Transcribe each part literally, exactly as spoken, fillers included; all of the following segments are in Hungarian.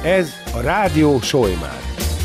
Ez a Rádió Solymár.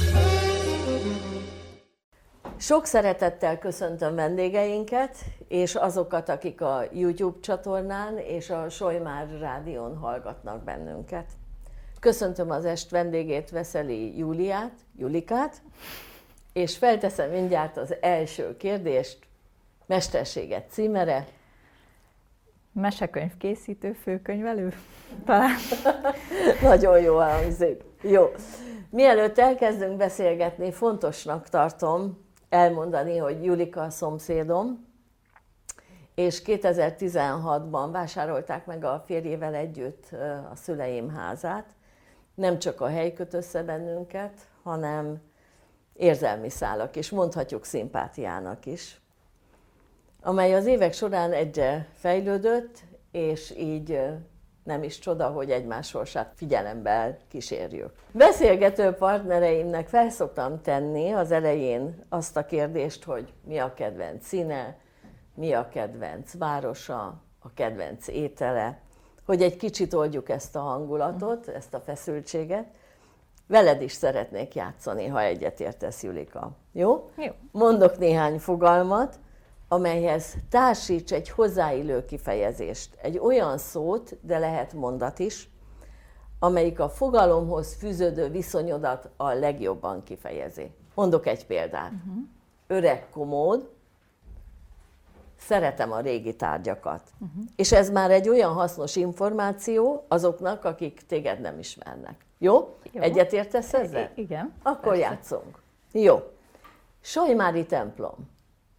Sok szeretettel köszöntöm vendégeinket, és azokat, akik a YouTube csatornán és a Solymár Rádión hallgatnak bennünket. Köszöntöm az est vendégét, Veszeli Júliát, Julikát, és felteszem mindjárt az első kérdést, mesterséget címere. Mesekönyv készítő, főkönyvelő? Talán. Nagyon jó hangzik. Jó. Mielőtt elkezdünk beszélgetni, fontosnak tartom elmondani, hogy Julika a szomszédom, és kétezer-tizenhatban vásárolták meg a férjével együtt a szüleim házát. Nem csak a hely köt össze bennünket, hanem érzelmi szálak, és mondhatjuk szimpátiának is, amely az évek során egyre fejlődött, és így nem is csoda, hogy egymás sorsát figyelemben kísérjük. Beszélgető partnereimnek fel szoktam tenni az elején azt a kérdést, hogy mi a kedvenc színe, mi a kedvenc városa, a kedvenc étele, hogy egy kicsit oldjuk ezt a hangulatot, ezt a feszültséget. Veled is szeretnék játszani, ha egyetértesz, Julika. Jó? Jó. Mondok néhány fogalmat, amelyhez társíts egy hozzáillő kifejezést, egy olyan szót, de lehet mondat is, amelyik a fogalomhoz fűződő viszonyodat a legjobban kifejezi. Mondok egy példát. Uh-huh. Öreg komód, szeretem a régi tárgyakat. Uh-huh. És ez már egy olyan hasznos információ azoknak, akik téged nem ismernek. Jó? Jó. Egyetértesz ezzel? I- igen. Akkor persze. játszunk. Jó. Solymári templom.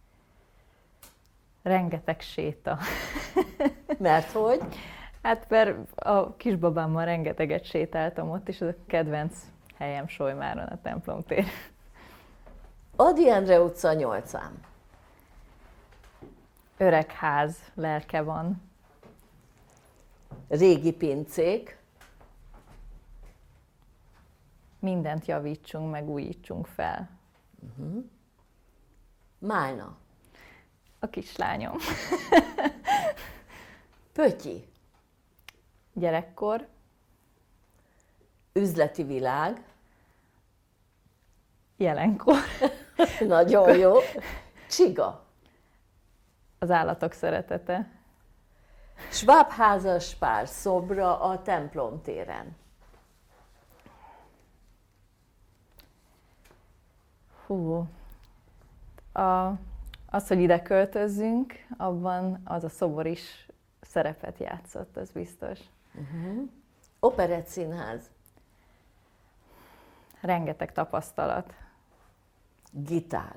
Rengeteg séta. Mert hogy? Hát mert a kisbabámmal rengeteget sétáltam ott, és ez a kedvenc helyem Solymáron, a templomtér. Ady Endre utca nyolcán. Öreg ház lelke van. Régi pincék. Mindent javítsunk, meg újítsunk fel. Uh-huh. Málna. A kislányom. Pötyi. Gyerekkor. Üzleti világ. Jelenkor. Nagyon jó. Csiga. Az állatok szeretete. Schwab házas pár szobra a templom téren. Hú. A... Az, hogy ide költözzünk, abban az a szobor is szerepet játszott, az biztos. Uh-huh. Operettszínház. Rengeteg tapasztalat. Gitár.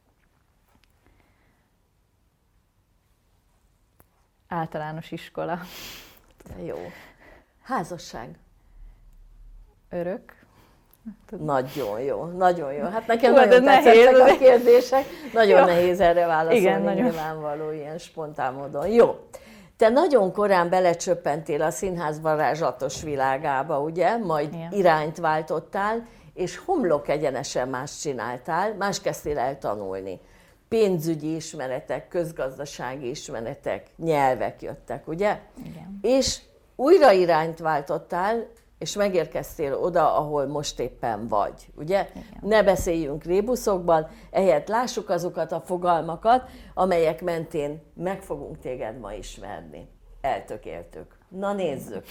Általános iskola. Jó. Házasság. Örök. Nagyon jó, nagyon jó. Hát nekem Hú, nagyon nehéz. tetszettek a kérdések. Nagyon Jó. nehéz erre válaszolni, Igen, nagyon. nyilvánvaló, ilyen spontán módon. Jó. Te nagyon korán belecsöppentél a színház varázslatos világába, ugye? Majd Igen. irányt váltottál, és homlok egyenesen más csináltál, más kezdtél el tanulni. Pénzügyi ismeretek, közgazdasági ismeretek, nyelvek jöttek, ugye? Igen. És újra irányt váltottál, és megérkeztél oda, ahol most éppen vagy, ugye? Igen. Ne beszéljünk rébuszokban, ehelyett lássuk azokat a fogalmakat, amelyek mentén meg fogunk téged ma ismerni. Eltökéltük. Na nézzük!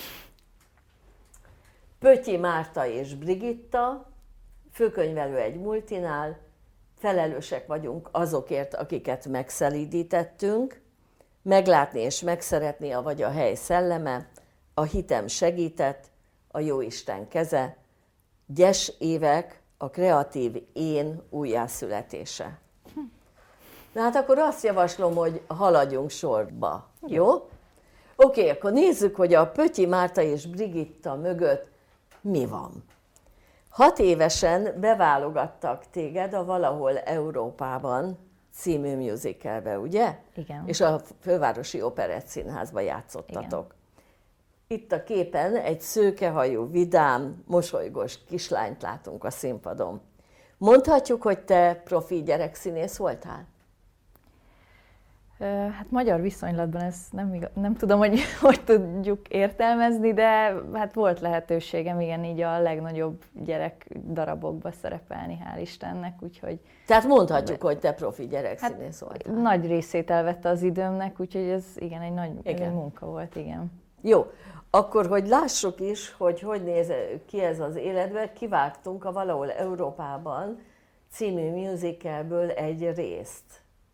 Pötyi Márta és Brigitta, főkönyvelő egy multinál, felelősek vagyunk azokért, akiket megszelídítettünk, meglátni és megszeretni a vagy a hely szelleme, a hitem segített, a jóisten keze, gyes évek, a kreatív én újjászületése. Na hát akkor azt javaslom, hogy haladjunk sorba, jó? Oké, okay, akkor nézzük, hogy a Pötyi Márta és Brigitta mögött mi van. Hat évesen beválogattak téged a Valahol Európában című musicalbe, ugye? Igen. És a Fővárosi Operettszínházban játszottatok. Igen. Itt a képen egy szőkehajú, vidám, mosolygós kislányt látunk a színpadon. Mondhatjuk, hogy te profi gyerekszínész voltál? Hát magyar viszonylatban ezt nem, igaz, nem tudom, hogy hogy tudjuk értelmezni, de hát volt lehetőségem igen így a legnagyobb gyerek darabokba szerepelni, hál' Istennek, úgyhogy... Tehát mondhatjuk, de, hogy te profi gyerekszínész hát, voltál. Nagy részét elvette az időmnek, úgyhogy ez igen, egy nagy ez egy munka volt, igen. Jó, akkor hogy lássuk is, hogy hogy néz ki ez az életben, kivágtunk a Valahol Európában című musicalből egy részt.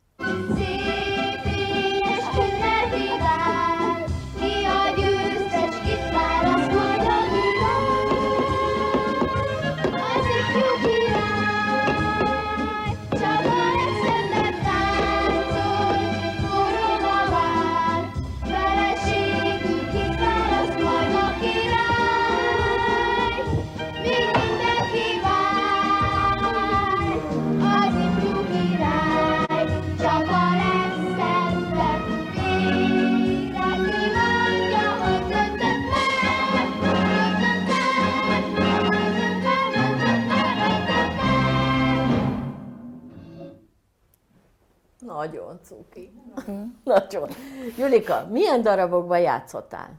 Nagyon cuki. Mm. Nagyon. Julika, milyen darabokban játszottál?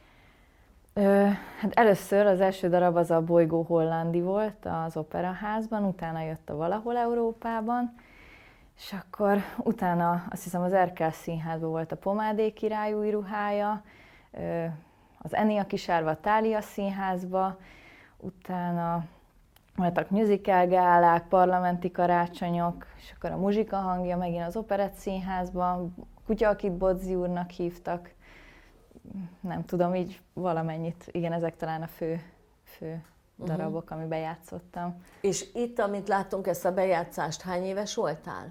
Ö, hát először az első darab az a Bolygó Hollandi volt az Operaházban, utána jött a Valahol Európában, és akkor utána azt hiszem az Erkel Színházban volt a Pomádé király új ruhája, ö, az Enia Kisárva a Thália Színházba, utána voltak musical gálák, parlamenti karácsonyok, és akkor a muzsika hangja megint az Operett Színházban, Kutya, akit Bodzzi úrnak hívtak, nem tudom, így valamennyit, igen, ezek talán a fő, fő darabok, uh-huh. amiben játszottam. És itt, amit láttunk, ezt a bejátszást, hány éves voltál?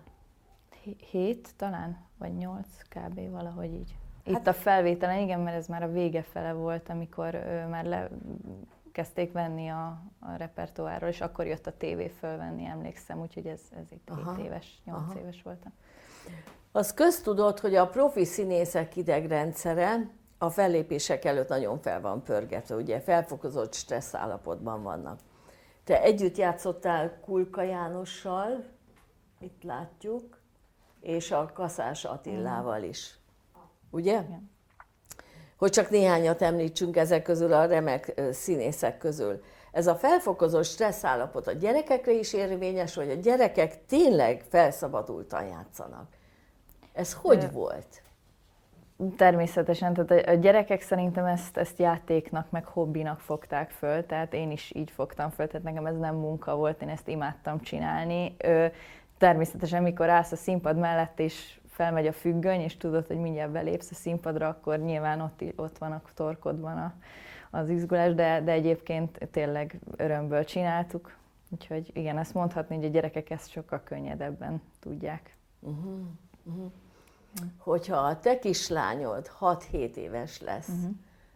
Hét talán, vagy nyolc kb. Valahogy így. Itt hát, a felvételen, igen, mert ez már a vége fele volt, amikor ö, már le... kezdték venni a, a repertoárról, és akkor jött a tévé fölvenni, emlékszem, úgyhogy ez, ez itt hét éves, nyolc éves voltam. Az köztudott, hogy a profi színészek idegrendszere a fellépések előtt nagyon fel van pörgetve, ugye felfokozott stressz állapotban vannak. Te együtt játszottál Kulka Jánossal, itt látjuk, és a Kaszás Attillával is, ugye? Igen. Hogy csak néhányat említsünk ezek közül, a remek színészek közül. Ez a felfokozott stresszállapot a gyerekekre is érvényes, vagy a gyerekek tényleg felszabadultan játszanak? Ez hogy Ö, volt? Természetesen, tehát a gyerekek szerintem ezt, ezt játéknak, meg hobbinak fogták föl, tehát én is így fogtam föl, tehát nekem ez nem munka volt, én ezt imádtam csinálni. Ö, természetesen, mikor állsz a színpad mellett, és felmegy a függöny, és tudod, hogy mindjárt belépsz a színpadra, akkor nyilván ott, ott van a torkodban a, az izgulás, de, de egyébként tényleg örömből csináltuk. Úgyhogy igen, ezt mondhatni, hogy a gyerekek ezt sokkal könnyedebben tudják. Uh-huh. Uh-huh. Hogyha a te kislányod hat-hét éves lesz, uh-huh.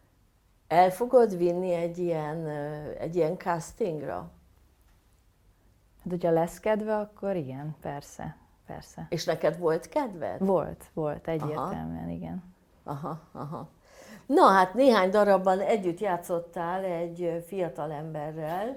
el fogod vinni egy ilyen, egy ilyen castingra? Hát, hogyha lesz kedve, akkor igen, persze. Persze. És neked volt kedved? Volt, volt, egyértelműen, aha. igen. Aha, aha. Na hát néhány darabban együtt játszottál egy fiatal emberrel.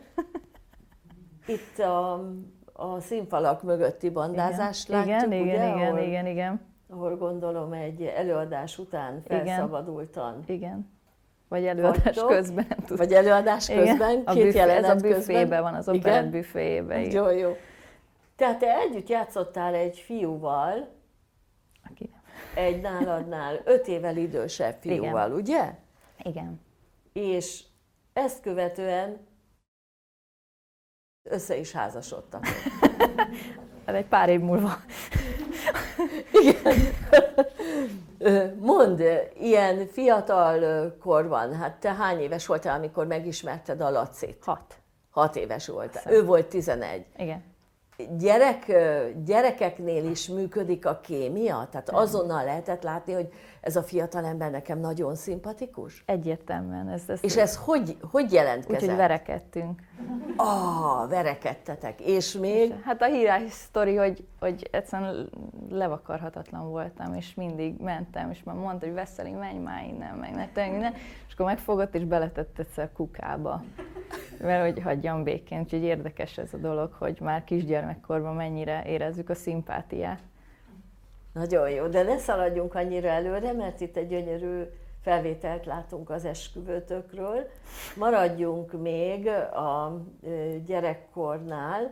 Itt a, a színfalak mögötti bandázást igen, látjuk, igen, ugye? Igen, ahol, igen, igen. Ahol gondolom egy előadás után felszabadultan. Igen. igen. Vagy előadás Hattok. közben, nem tudom. Vagy előadás közben, igen. két büfé, jelenet közben. Ez a büfébe van, az operett büféjében. Jó, jó. Tehát te együtt játszottál egy fiúval, Aki nem. egy náladnál öt évvel idősebb fiúval, igen. ugye? Igen. És ezt követően össze is házasodtak. Hát egy pár év múlva. Igen. Mondd, ilyen fiatal korban, hát te hány éves voltál, amikor megismerted a Lacit? Hat. Hat éves voltál. Szem. Ő volt tizenegy. Igen. Gyerek, gyerekeknél is működik a kémia? Tehát azonnal lehetett látni, hogy ez a fiatal ember nekem nagyon szimpatikus? Egyértelműen. Ez, ez és ez hogy, hogy jelentkezett? Úgyhogy verekedtünk. Ah, verekedtetek. És még? És hát a híres sztori, hogy, hogy egyszerűen levakarhatatlan voltam, és mindig mentem, és már mondta, hogy Veszeli, menj már innen, meg ne tényleg innen. És akkor megfogott, és beletett egyszer kukába. Mert hogy hagyjam békén, úgyhogy érdekes ez a dolog, hogy már kisgyermekkorban mennyire érezzük a szimpátiát. Nagyon jó, de ne szaladjunk annyira előre, mert itt egy gyönyörű felvételt látunk az esküvőtökről. Maradjunk még a gyerekkornál.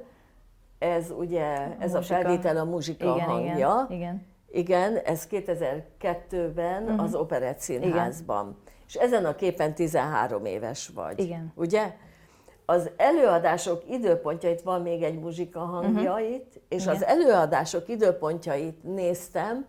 Ez ugye, a ez a felvétel a muzsika igen, hangja. Igen, igen. Igen, ez kétezer-kettőben uh-huh. az Operett Színházban. Igen. És ezen a képen tizenhárom éves vagy. Igen. Ugye? Az előadások időpontjait, van még egy muzsika hangja uh-huh. itt, és igen. az előadások időpontjait néztem.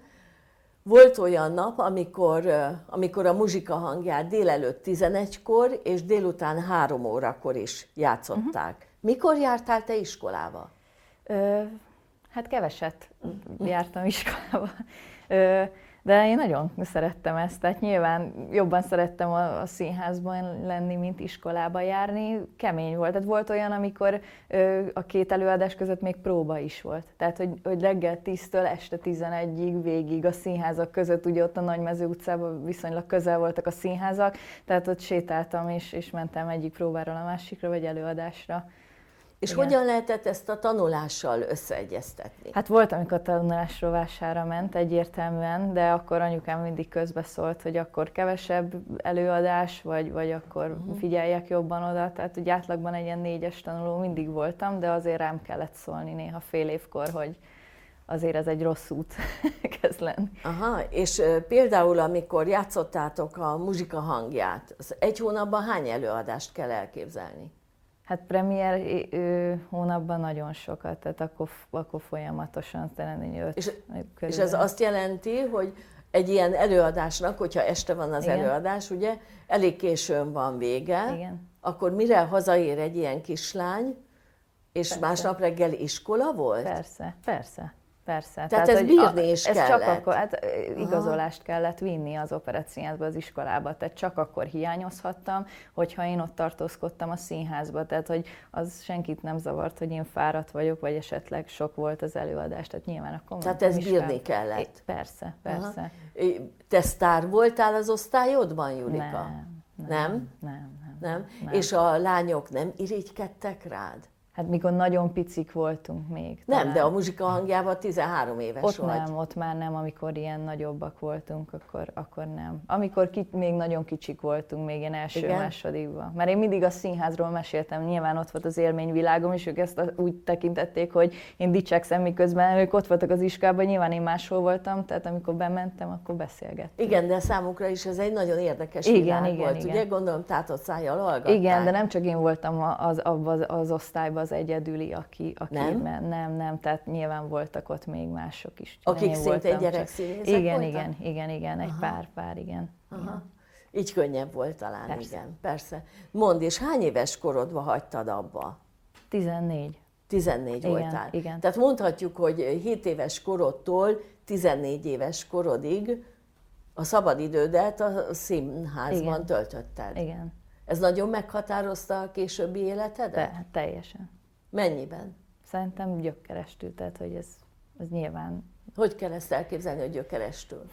Volt olyan nap, amikor, amikor a muzsika hangját délelőtt tizenegykor és délután három órakor is játszották. Uh-huh. Mikor jártál te iskolába? Ö, hát keveset jártam iskolába. Ö, De én nagyon szerettem ezt, tehát nyilván jobban szerettem a, a színházban lenni, mint iskolába járni. Kemény volt. Tehát volt olyan, amikor ö, a két előadás között még próba is volt. Tehát, hogy, hogy reggel tíztől este tizenegyig végig a színházak között, ugye ott a Nagymező utcában viszonylag közel voltak a színházak, tehát ott sétáltam és, és mentem egyik próbáról a másikra, vagy előadásra. És igen. hogyan lehetett ezt a tanulással összeegyeztetni? Hát volt, amikor tanulás rovására ment egyértelműen, de akkor anyukám mindig közbeszólt, hogy akkor kevesebb előadás, vagy, vagy akkor uh-huh. figyeljek jobban oda. Tehát úgy átlagban egy ilyen négyes tanuló mindig voltam, de azért rám kellett szólni néha fél évkor, hogy azért ez egy rossz út kezd lenni. Aha, és például amikor játszottátok a muzsika hangját, az egy hónapban hány előadást kell elképzelni? Hát premier hónapban nagyon sokat, tehát akkor, akkor folyamatosan talán öt és, és ez azt jelenti, hogy egy ilyen előadásnak, hogyha este van az igen. előadás, ugye, elég későn van vége, igen. akkor mire hazaér egy ilyen kislány, és persze. másnap reggel iskola volt? Persze, persze. Persze. Tehát, Tehát ez bírni is ez kellett. Csak akkor, hát igazolást Aha. kellett vinni az Operett Színházba, az iskolába, tehát csak akkor hiányozhattam, hogyha én ott tartózkodtam a színházba, tehát hogy az senkit nem zavart, hogy én fáradt vagyok, vagy esetleg sok volt az előadás, tehát nyilván akkor Tehát ez bírni kell. kellett? Persze, persze. Aha. Te sztár voltál az osztályodban, Julika? Nem, nem, nem? Nem, nem, nem? nem. És a lányok nem irigykedtek rád? Hát mikor nagyon picik voltunk még. Nem, talán. De a muzsika hangjában tizenhárom éves ott vagy. nem, ott már nem, amikor ilyen nagyobbak voltunk, akkor, akkor nem. Amikor ki, még nagyon kicsik voltunk, még ilyen első-másodikban. Mert én mindig a színházról meséltem, nyilván ott volt az élményvilágom, és ők ezt úgy tekintették, hogy én dicsekszem, miközben ők ott voltak az iskolában, nyilván én máshol voltam, tehát amikor bementem, akkor beszélgettünk. Igen, de számukra is ez egy nagyon érdekes igen, világ igen, volt, igen. ugye? Gondolom tátott szájjal hallgatták. Igen, de nem csak én voltam az, az, az osztályban az egyedüli, aki, aki nem? nem, nem, tehát nyilván voltak ott még mások is. Akik szintén gyerekszínészek igen, voltak? Igen, igen, igen, egy pár, pár, igen. Aha. igen. Így könnyebb volt talán, persze. igen, persze. Mondd, és hány éves korodban hagytad abba? tizennégy. tizennégy igen, voltál. Igen. Tehát mondhatjuk, hogy hét éves korodtól tizennégy éves korodig a szabadidődet a színházban igen. töltötted. Igen. Ez nagyon meghatározta a későbbi életedet? De, teljesen. Mennyiben? Szerintem gyökkerestül, tehát hogy ez, ez nyilván... Hogy kell ezt elképzelni, hogy gyökerestül?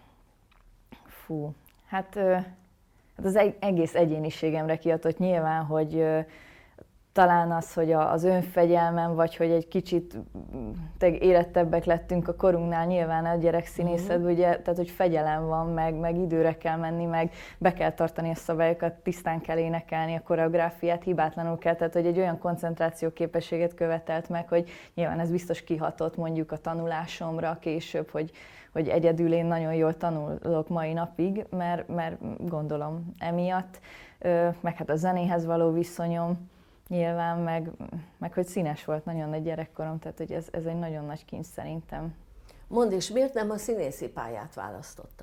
Fú, hát, hát az egész egyéniségemre kiadott nyilván, hogy talán az, hogy az önfegyelmem, vagy hogy egy kicsit érettebbek lettünk a korunknál, nyilván a gyerekszínészetben, uh-huh. ugye, tehát hogy fegyelem van, meg, meg időre kell menni, meg be kell tartani a szabályokat, tisztán kell énekelni a koreográfiát, hibátlanul kell, tehát hogy egy olyan koncentrációképességet követelt meg, hogy nyilván ez biztos kihatott mondjuk a tanulásomra később, hogy, hogy egyedül én nagyon jól tanulok mai napig, mert, mert gondolom emiatt, meg hát a zenéhez való viszonyom, nyilván, meg, meg hogy színes volt nagyon nagy gyerekkorom, tehát hogy ez, ez egy nagyon nagy kincs szerintem. Mondd, és miért nem a színészi pályát választottad?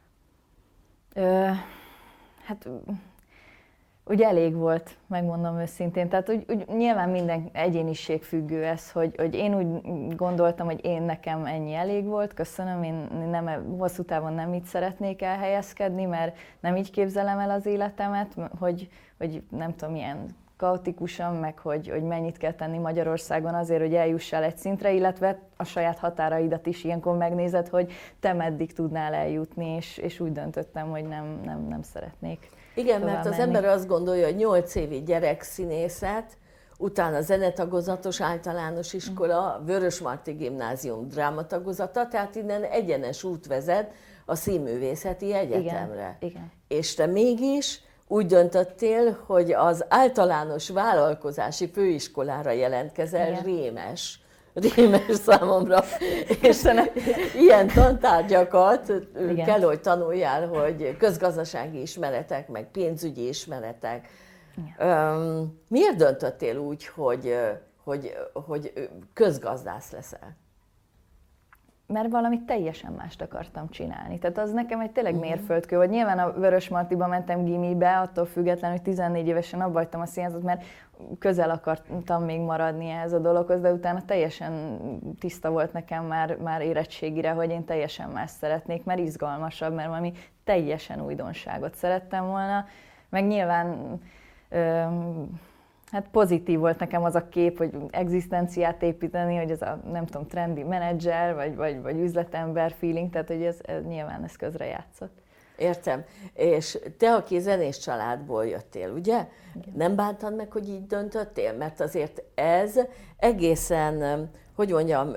Ö, hát ugye elég volt, megmondom őszintén. Tehát úgy, úgy nyilván minden egyéniség függő ez, hogy, hogy én úgy gondoltam, hogy én nekem ennyi elég volt, köszönöm, én nem, hosszú távon nem így szeretnék elhelyezkedni, mert nem így képzelem el az életemet, hogy, hogy nem tudom, milyen kaotikusan, meg hogy, hogy mennyit kell tenni Magyarországon azért, hogy eljussál egy szintre, illetve a saját határaidat is ilyenkor megnézed, hogy te meddig tudnál eljutni, és, és úgy döntöttem, hogy nem, nem, nem szeretnék. Igen, mert az menni. ember azt gondolja, hogy nyolc évi gyerekszínészet, utána zenetagozatos általános iskola, Vörösmarty Gimnázium drámatagozata, tehát innen egyenes út vezet a Színművészeti Egyetemre. Igen, igen. És te mégis úgy döntöttél, hogy az általános vállalkozási főiskolára jelentkezel, igen. rémes. Rémes számomra, és ilyen tantárgyakat igen. kell, hogy tanuljál, hogy közgazdasági ismeretek, meg pénzügyi ismeretek. Um, miért döntöttél úgy, hogy, hogy, hogy közgazdász leszel? Mert valamit teljesen mást akartam csinálni. Tehát az nekem egy tényleg mérföldkő, hogy nyilván a Vörösmartyba mentem gimibe, attól függetlenül, hogy tizennégy évesen abba hagytam a színházat, mert közel akartam még maradni ehhez a dologhoz, de utána teljesen tiszta volt nekem már, már érettségire, hogy én teljesen más szeretnék, mert izgalmasabb, mert valami teljesen újdonságot szerettem volna. Meg nyilván öm, hát pozitív volt nekem az a kép, hogy egzisztenciát építeni, hogy ez a, nem tudom, trendi menedzser, vagy, vagy, vagy üzletember feeling, tehát hogy ez, ez nyilván ez közrejátszott. Értem. És te, aki zenés családból jöttél, ugye? Igen. Nem bántad meg, hogy így döntöttél? Mert azért ez egészen, hogy mondjam,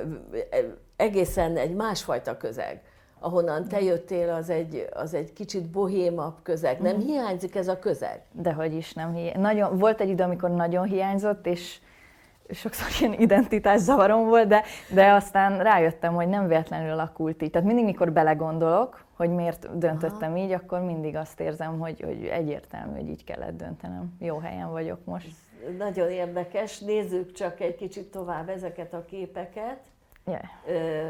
egészen egy másfajta közeg. Ahonnan te jöttél, az egy, az egy kicsit bohémabb közeg. Nem uh-huh. hiányzik ez a közeg? Dehogy is nem hiányzik. Nagyon, volt egy idő, amikor nagyon hiányzott, és sokszor ilyen identitászavarom volt, de, de aztán rájöttem, hogy nem véletlenül alakult így. Tehát mindig, mikor belegondolok, hogy miért döntöttem Aha. így, akkor mindig azt érzem, hogy, hogy egyértelmű, hogy így kellett döntenem. Jó helyen vagyok most. Ez nagyon érdekes. Nézzük csak egy kicsit tovább ezeket a képeket. Yeah. Ö,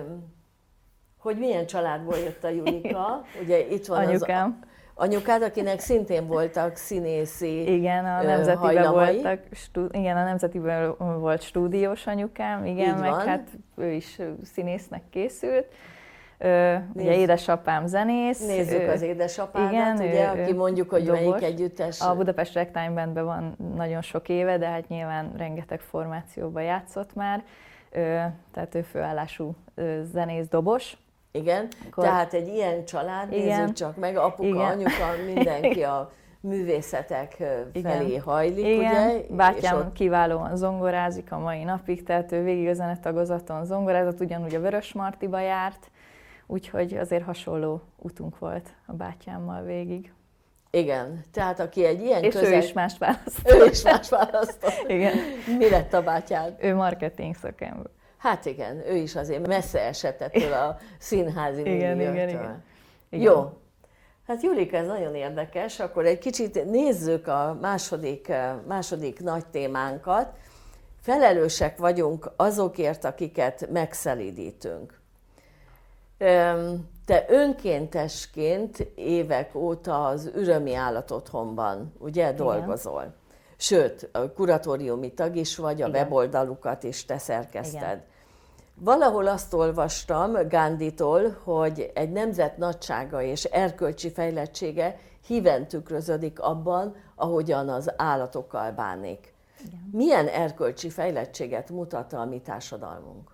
hogy milyen családból jött a Julika. Ugye itt van anyukám. Az anyukád, akinek szintén voltak színészi igen, a Nemzetiben voltak, stú, igen, a Nemzetiben volt stúdiós anyukám, igen, meg hát ő is színésznek készült. Ö, ugye édesapám zenész. Nézzük ő, az édesapádat, igen, ugye, ő, aki mondjuk, hogy dobos. Melyik együttes. A Budapest Ragtime Bandben van nagyon sok éve, de hát nyilván rengeteg formációban játszott már. Ö, tehát ő főállású zenész, dobos. Igen, Akkor, tehát egy ilyen család, igen, nézzük csak meg, apuka, igen. anyuka, mindenki a művészetek felé igen. hajlik, igen. ugye? Bátyám ott... kiválóan zongorázik a mai napig, tehát ő végig a zenetagozaton zongorázott, ugyanúgy a Vörösmartyba járt, úgyhogy azért hasonló utunk volt a bátyámmal végig. Igen, tehát aki egy ilyen és közeg... ő is mást választott. Ő is mást választott. Igen. Mi lett a bátyád? Ő marketing szakember. Hát igen, ő is azért messze esett ettől a színházi igen, igen, igen, igen. Jó. Hát Julika, ez nagyon érdekes. Akkor egy kicsit nézzük a második, második nagy témánkat. Felelősek vagyunk azokért, akiket megszelídítünk. Te önkéntesként évek óta az Ürömi Állatotthonban, ugye, igen. dolgozol? Sőt, a kuratóriumi tag is vagy, a igen. weboldalukat is te szerkeszted. Igen. Valahol azt olvastam Gánditól, hogy egy nemzet nagysága és erkölcsi fejlettsége híven tükröződik abban, ahogyan az állatokkal bánik. Igen. Milyen erkölcsi fejlettséget mutat a mi társadalmunk?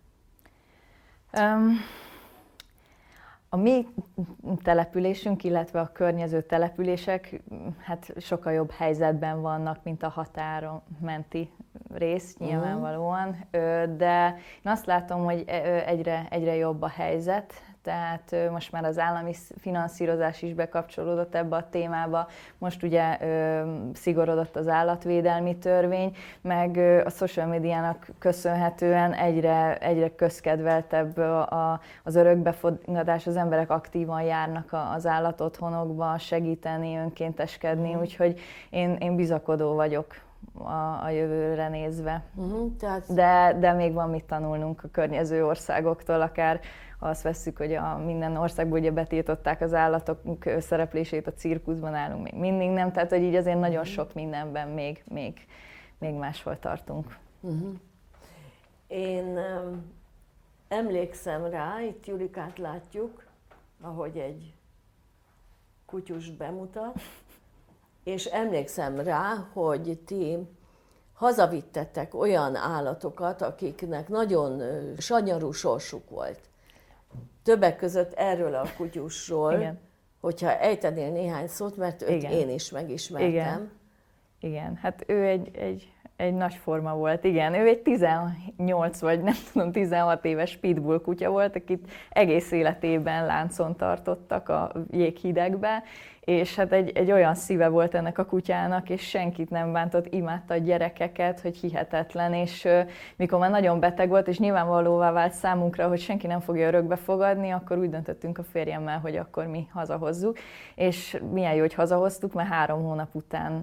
Um, a mi településünk, illetve a környező települések hát sokkal jobb helyzetben vannak, mint a határon menti rész nyilvánvalóan, de én azt látom, hogy egyre, egyre jobb a helyzet, tehát most már az állami finanszírozás is bekapcsolódott ebbe a témába, most ugye szigorodott az állatvédelmi törvény, meg a social médiának köszönhetően egyre, egyre közkedveltebb a, az örökbefogadás, az emberek aktívan járnak az állatotthonokba segíteni, önkénteskedni, mm. úgyhogy én, én bizakodó vagyok a, a jövőre nézve. Uh-huh, tehát... de, de még van mit tanulnunk a környező országoktól, akár ha azt vesszük, hogy a minden országban ugye betiltották az állatok szereplését a cirkuszban, állunk még mindig nem, tehát hogy így azért nagyon sok mindenben még, még, még máshol tartunk. Uh-huh. Én um, emlékszem rá, itt Julikát látjuk, ahogy egy kutyust bemutat, és emlékszem rá, hogy ti hazavittetek olyan állatokat, akiknek nagyon sanyarú sorsuk volt. Többek között erről a kutyusról, igen. hogyha ejtenél néhány szót, mert őt igen. én is megismertem. Igen, Igen. hát ő egy, egy Egy nagy forma volt, igen. Ő egy tizennyolc vagy nem tudom, tizenhat éves pitbull kutya volt, akit egész életében láncon tartottak a jéghidegbe, és hát egy, egy olyan szíve volt ennek a kutyának, és senkit nem bántott, imádta a gyerekeket, hogy hihetetlen, és uh, mikor már nagyon beteg volt, és nyilvánvalóvá vált számunkra, hogy senki nem fogja örökbe fogadni, akkor úgy döntöttünk a férjemmel, hogy akkor mi hazahozzuk, és milyen jó, hogy hazahoztuk, mert három hónap után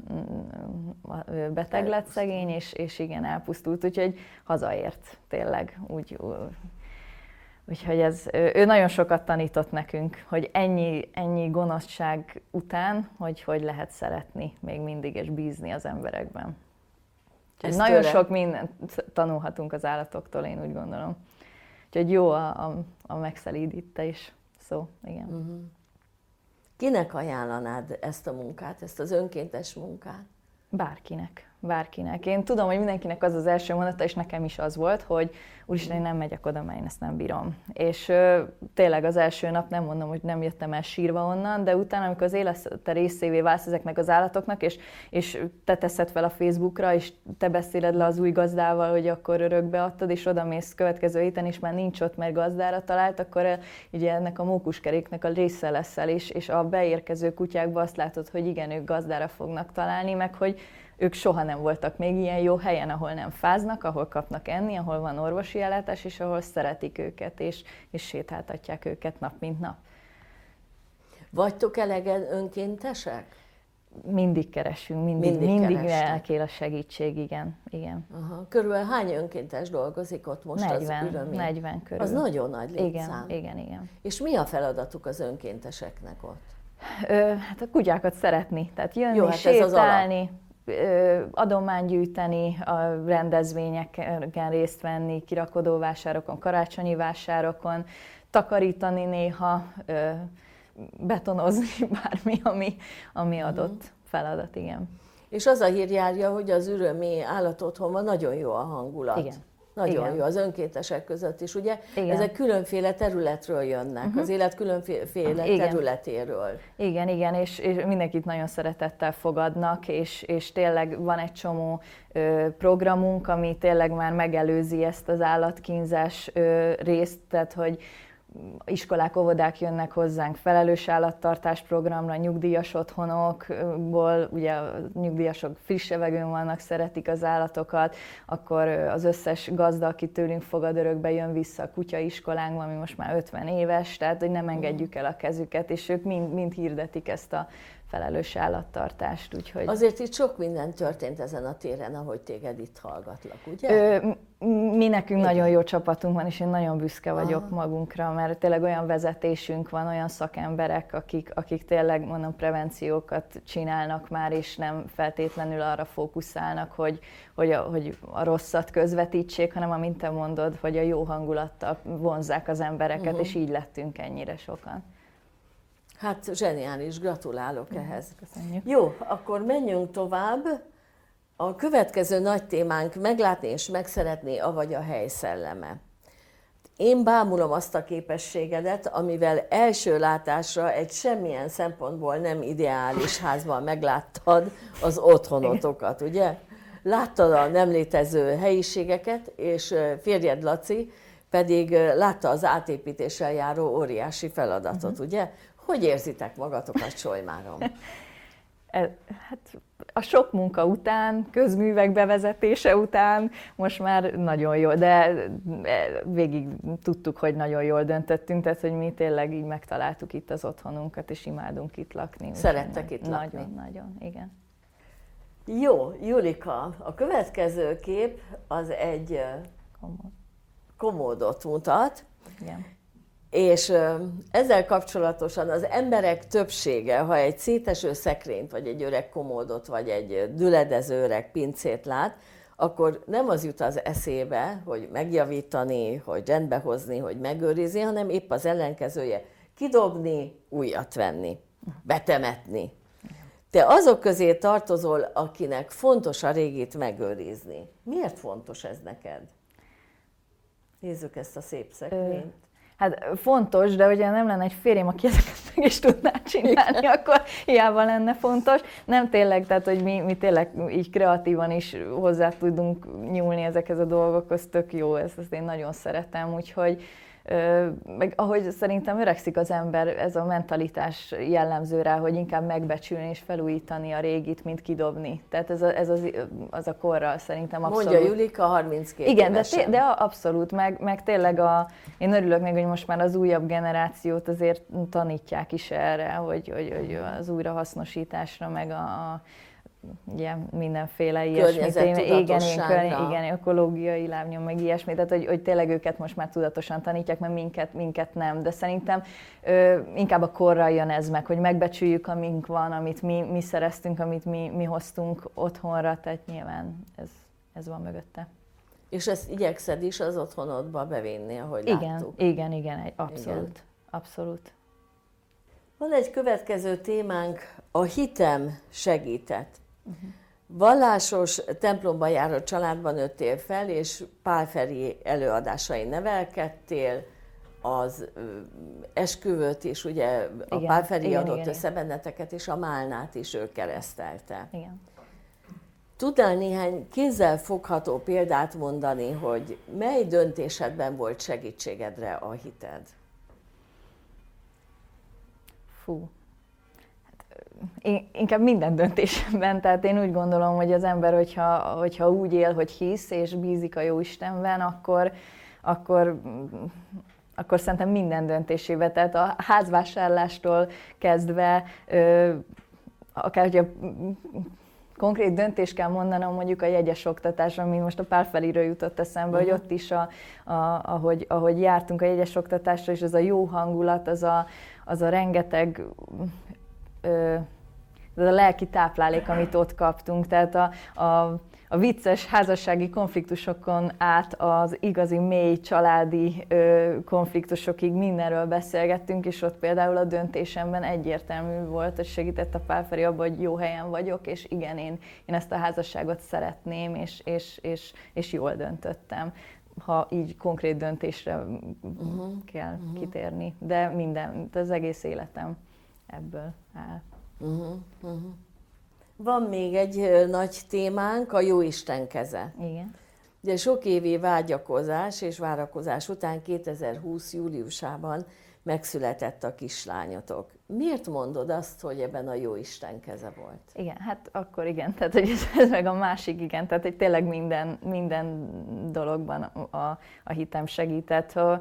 beteg lett szegény, és, és igen, elpusztult, úgyhogy hazaért tényleg, úgy... Úgyhogy ez, ő nagyon sokat tanított nekünk, hogy ennyi, ennyi gonoszság után, hogy hogy lehet szeretni még mindig és bízni az emberekben. Úgyhogy nagyon tőle. Sok mindent tanulhatunk az állatoktól, én úgy gondolom. Úgyhogy jó a, a, a megszelídítés szó, igen. Uh-huh. Kinek ajánlanád ezt a munkát, ezt az önkéntes munkát? Bárkinek. Bárkinek. Én tudom, hogy mindenkinek az az első mondata, és nekem is az volt, hogy úristen, én nem megyek oda, mert én ezt nem bírom. És ö, tényleg az első nap nem mondom, hogy nem jöttem el sírva onnan, de utána, amikor az élete részévé válsz ezeknek az állatoknak, és, és te teszed fel a Facebookra, és te beszéled le az új gazdával, hogy akkor örökbe adtad, és oda mész következő héten, és már nincs ott, mert gazdára talált, akkor ugye ennek a mókuskeréknek a része leszel, és, és a beérkező kutyákban azt látod, hogy igen, ők gazdára fognak találni, meg hogy ők soha nem voltak még ilyen jó helyen, ahol nem fáznak, ahol kapnak enni, ahol van orvosi ellátás, és ahol szeretik őket, és, és sétáltatják őket nap mint nap. Vagytok elegen önkéntesek? Mindig keresünk, mindig, mindig, mindig elkél a segítség, igen. igen. Aha. Körülbelül hány önkéntes dolgozik ott most negyven, az ürömén? negyven körül. Az nagyon nagy létszám. Igen, igen, igen. És mi a feladatuk az önkénteseknek ott? Ö, hát a kutyákat szeretni, tehát jönni, Jó, hát sétálni, adományt gyűjteni, a rendezvényeken részt venni, kirakodóvásárokon, karácsonyi vásárokon, takarítani néha, betonozni, bármi, ami, ami adott feladat, igen. És az a hír járja, hogy az ürömi állatotthonban nagyon jó a hangulat. Igen. Nagyon Igen. jó, az önkéntesek között is, ugye? Igen. Ezek különféle területről jönnek, uh-huh. az élet különféle igen. területéről. Igen, igen, és, és mindenkit nagyon szeretettel fogadnak, és, és tényleg van egy csomó ö, programunk, ami tényleg már megelőzi ezt az állatkínzás ö, részt, tehát hogy iskolák, óvodák jönnek hozzánk felelős állattartás programra, nyugdíjas otthonokból, ugye a nyugdíjasok friss levegőn vannak, szeretik az állatokat, akkor az összes gazda, aki tőlünk fogad örökbe, jön vissza a kutyaiskolánkba, ami most már ötven éves, tehát hogy nem engedjük el a kezüket, és ők mind, mind hirdetik ezt a felelős állattartást. Úgyhogy... Azért itt sok minden történt ezen a téren, ahogy téged itt hallgatlak, ugye? Ö, mi nekünk igen. nagyon jó csapatunk van, és én nagyon büszke vagyok aha. magunkra, mert tényleg olyan vezetésünk van, olyan szakemberek, akik, akik tényleg, mondom, prevenciókat csinálnak már, és nem feltétlenül arra fókuszálnak, hogy, hogy, a, hogy a rosszat közvetítsék, hanem amint te mondod, hogy a jó hangulattal vonzzák az embereket, uh-huh. és így lettünk ennyire sokan. Hát zseniális, gratulálok mm, ehhez. Köszönjük. Jó, akkor menjünk tovább. A következő nagy témánk meglátni és megszeretni, avagy a hely szelleme. Én bámulom azt a képességedet, amivel első látásra egy semmilyen szempontból nem ideális házban megláttad az otthonotokat, ugye? Láttad a nem létező helyiségeket, és férjed Laci pedig látta az átépítéssel járó óriási feladatot, uh-huh. ugye? Hogy érzitek magatokat Solymáron? Hát a sok munka után, közművek bevezetése után most már nagyon jó, de végig tudtuk, hogy nagyon jól döntöttünk, tehát hogy mi tényleg így megtaláltuk itt az otthonunkat, és imádunk itt lakni. Szerettek itt nagyon, lakni? Nagyon, nagyon, igen. Jó, Julika, a következő kép az egy Komód. komódot mutat. Igen. És ezzel kapcsolatosan az emberek többsége, ha egy széteső szekrényt, vagy egy öreg komódot, vagy egy düledező öreg pincét lát, akkor nem az jut az eszébe, hogy megjavítani, hogy rendbehozni, hogy megőrizni, hanem épp az ellenkezője, kidobni, újat venni, betemetni. Te azok közé tartozol, akinek fontos a régit megőrizni. Miért fontos ez neked? Nézzük ezt a szép szekrényt. Hát fontos, de ugye nem lenne egy férjem, aki ezeket meg is tudná csinálni, igen. Akkor hiába lenne fontos. Nem tényleg, tehát hogy mi, mi tényleg így kreatívan is hozzá tudunk nyúlni ezekhez a dolgokhoz, tök jó, ezt, ezt én nagyon szeretem, úgyhogy meg ahogy szerintem öregszik az ember, ez a mentalitás jellemző rá, hogy inkább megbecsülni és felújítani a régit, mint kidobni. Tehát ez, a, ez az, az a korral szerintem abszolút. Mondja Julika, harminckét igen, évesen. de, de abszolút, meg, meg tényleg a, én örülök meg, hogy most már az újabb generációt azért tanítják is erre, hogy, hogy, hogy az újrahasznosításra, meg a, a ugye mindenféle ilyesmit. Igen, igen, igen, ökológiai lábnyom, meg ilyesmi, tehát hogy, hogy tényleg őket most már tudatosan tanítják, mert minket, minket nem. De szerintem ö, inkább a korral jön ez meg, hogy megbecsüljük, amink van, amit mi, mi szereztünk, amit mi, mi hoztunk otthonra, tehát nyilván ez, ez van mögötte. És ezt igyekszed is az otthonodba bevinni, ahogy igen, láttuk. Igen, igen, egy, abszolút, igen. abszolút. Van egy következő témánk, a hitem segített. Uh-huh. Vallásos, templomba járó családban nőttél fel, és Pál Feri előadásain nevelkedtél, az esküvőt is, ugye a igen, Pál Feri igen, adott igen, össze igen. benneteket, és a Málnát is ő keresztelte. Igen. Tudnál néhány kézzel fogható példát mondani, hogy mely döntésedben volt segítségedre a hited? Fú. Én, inkább minden döntésemben, tehát én úgy gondolom, hogy az ember, hogyha, hogyha úgy él, hogy hisz és bízik a Jóistenben, akkor, akkor, akkor szerintem minden döntésében, tehát a házvásárlástól kezdve, akár hogyha konkrét döntést kell mondanom, mondjuk a jegyes oktatásra, ami most a Pál Feriről jutott eszembe, uh-huh. hogy ott is, a, a, ahogy, ahogy jártunk a jegyes oktatásra, és az a jó hangulat, az a, az a rengeteg ez a lelki táplálék, amit ott kaptunk, tehát a, a, a vicces házassági konfliktusokon át az igazi mély családi ö, konfliktusokig mindenről beszélgettünk, és ott például a döntésemben egyértelmű volt, hogy segített a Pál Feri abban, hogy jó helyen vagyok, és igen, én, én ezt a házasságot szeretném, és, és, és, és jól döntöttem, ha így konkrét döntésre uh-huh. kell uh-huh. kitérni, de minden, az egész életem ebből áll. Uh-huh, uh-huh. Van még egy nagy témánk, a Jóisten keze. Igen. Ugye sok évi vágyakozás és várakozás után kétezer-húsz júliusában megszületett a kislányotok. Miért mondod azt, hogy ebben a Jóisten keze volt? Igen, hát akkor igen, tehát hogy ez, ez meg a másik igen, tehát hogy tényleg minden, minden dologban a, a hitem segített. Ha,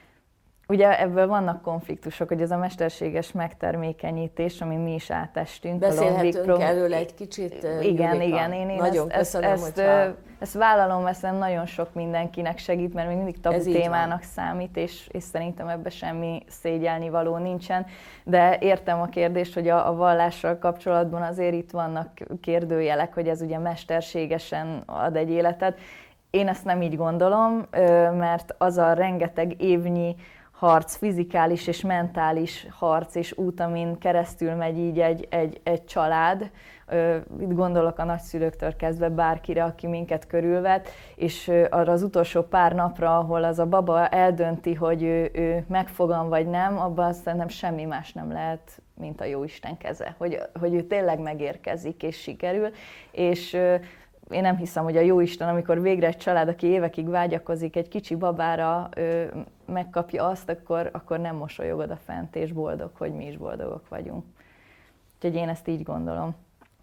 ugye ebből vannak konfliktusok, hogy ez a mesterséges megtermékenyítés, amin mi is átestünk. Beszélhetünk a erről egy kicsit, igen, Julika. Igen, én, én nagyon ezt, köszönöm, ezt, hogyha... ezt, ezt vállalom, ezt nagyon sok mindenkinek segít, mert még mindig tabu témának számít, és, és szerintem ebben semmi szégyelnivaló nincsen. De értem a kérdést, hogy a, a vallással kapcsolatban azért itt vannak kérdőjelek, hogy ez ugye mesterségesen ad egy életet. Én ezt nem így gondolom, mert az a rengeteg évnyi harc, fizikális és mentális harc és út, amin keresztül megy így egy, egy, egy család. Itt gondolok a nagyszülőktől kezdve bárkire, aki minket körülvet, és arra az utolsó pár napra, ahol az a baba eldönti, hogy ő, ő megfogam vagy nem, abban szerintem semmi más nem lehet, mint a Jóisten keze. Hogy, hogy ő tényleg megérkezik és sikerül, és én nem hiszem, hogy a Jóisten, amikor végre egy család, aki évekig vágyakozik, egy kicsi babára ö, megkapja azt, akkor, akkor nem mosolyog oda fent, és boldog, hogy mi is boldogok vagyunk. Úgyhogy én ezt így gondolom.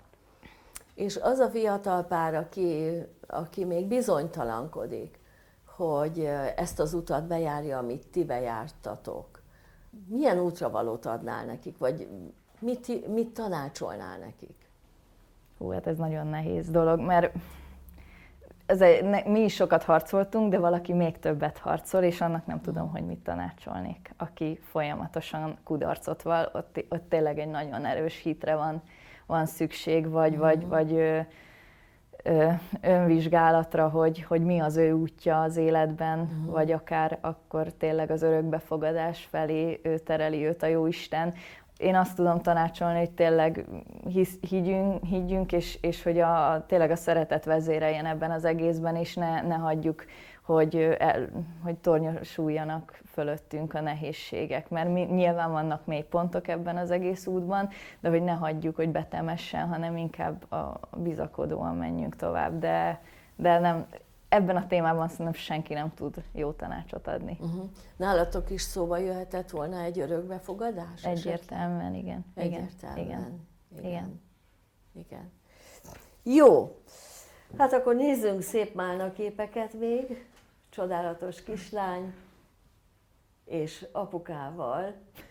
És az a fiatal pár, aki, aki még bizonytalankodik, hogy ezt az utat bejárja, amit ti bejártatok, milyen útravalót adnál nekik, vagy mit, mit tanácsolnál nekik? Hú, hát ez nagyon nehéz dolog, mert ez egy, ne, mi is sokat harcoltunk, de valaki még többet harcol, és annak nem tudom, hogy mit tanácsolnék. Aki folyamatosan kudarcot val, ott, ott tényleg egy nagyon erős hitre van, van szükség, vagy, mm. vagy, vagy ö, ö, önvizsgálatra, hogy, hogy mi az ő útja az életben, mm. vagy akár akkor tényleg az örökbefogadás felé ő tereli őt a Jóisten. Én azt tudom tanácsolni, hogy tényleg hisz, higgyünk, higgyünk és, és hogy a, tényleg a szeretet vezéreljen ebben az egészben, és ne, ne hagyjuk, hogy, el, hogy tornyosuljanak fölöttünk a nehézségek, mert mi, nyilván vannak mély pontok ebben az egész útban, de hogy ne hagyjuk, hogy betemessen, hanem inkább a bizakodóan menjünk tovább, de, de nem, ebben a témában szerintem senki nem tud jó tanácsot adni. Uh-huh. Nálatok is szóba jöhetett volna egy örökbefogadás? Egyértelműen, igen. Egyértelműen. Igen. Igen. Igen. Igen. Jó, hát akkor nézzünk szép málna képeket még. Csodálatos kislány és apukával